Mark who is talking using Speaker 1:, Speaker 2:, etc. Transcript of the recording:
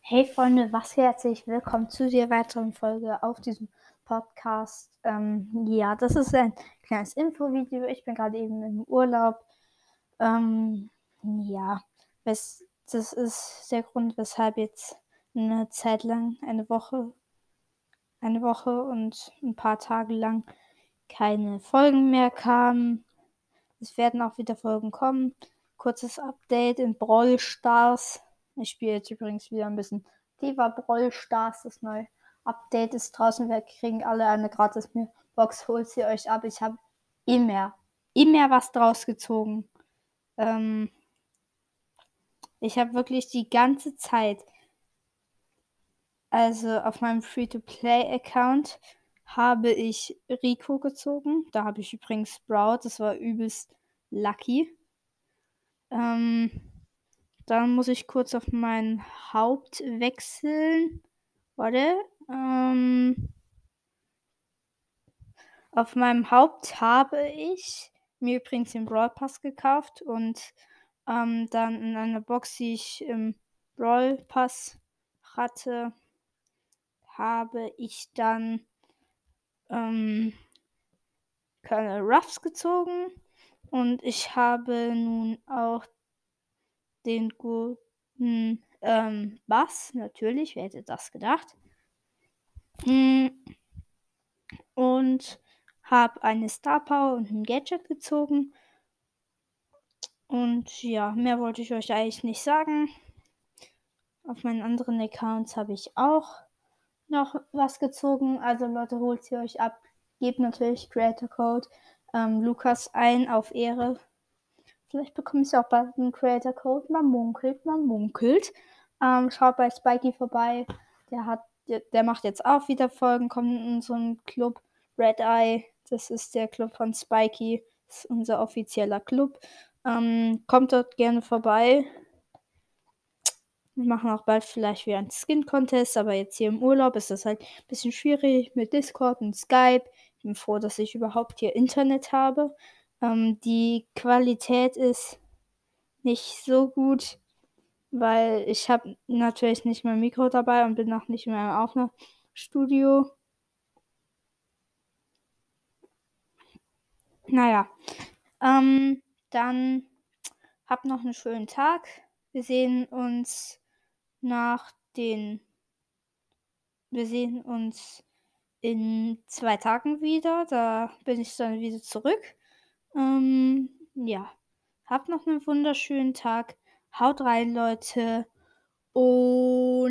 Speaker 1: Hey Freunde, was herzlich willkommen zu der weiteren Folge auf diesem Podcast. Ja, das ist ein kleines Infovideo. Ich bin gerade eben im Urlaub. Ja, das ist der Grund, weshalb jetzt eine Zeit lang, eine Woche und ein paar Tage lang keine Folgen mehr kamen. Es werden auch wieder Folgen kommen. Kurzes Update in Brawl Stars. Ich spiele jetzt übrigens wieder ein bisschen tiefer Brawl Stars. Das neue Update ist draußen. Wir kriegen alle eine gratis Box. Holt sie euch ab. Ich habe immer was draus gezogen. Ich habe wirklich die ganze Zeit, also auf meinem Free-to-Play-Account, habe ich Rico gezogen. Da habe ich übrigens Sprout. Das war übelst lucky. Dann muss ich kurz auf mein Haupt wechseln. Warte. Auf meinem Haupt habe ich mir übrigens den Brawl Pass gekauft und dann in einer Box, die ich im Brawl Pass hatte, habe ich dann Colonel Ruffs gezogen und ich habe nun auch den guten Bass, natürlich, wer hätte das gedacht? Und habe eine Star Power und ein Gadget gezogen. Und ja, mehr wollte ich euch eigentlich nicht sagen. Auf meinen anderen Accounts habe ich auch noch was gezogen. Also Leute, holt sie euch ab. Gebt natürlich Creator Code Lukas ein auf Ehre. Vielleicht bekomme ich auch bald einen Creator Code. Man munkelt, man munkelt. Schaut bei Spikey vorbei. Der macht jetzt auch wieder Folgen, kommt in so einen Club. Red Eye, das ist der Club von Spikey. Das ist unser offizieller Club. Kommt dort gerne vorbei. Wir machen auch bald vielleicht wieder einen Skin-Contest, aber jetzt hier im Urlaub ist das halt ein bisschen schwierig mit Discord und Skype. Ich bin froh, dass ich überhaupt hier Internet habe. Die Qualität ist nicht so gut, weil ich habe natürlich nicht mein Mikro dabei und bin noch nicht in meinem Aufnahmestudio. Naja, dann habt noch einen schönen Tag. Wir sehen uns nach den Wir sehen uns in 2 Tagen wieder. Da bin ich dann wieder zurück. Ja, habt noch einen wunderschönen Tag. Haut rein, Leute. Und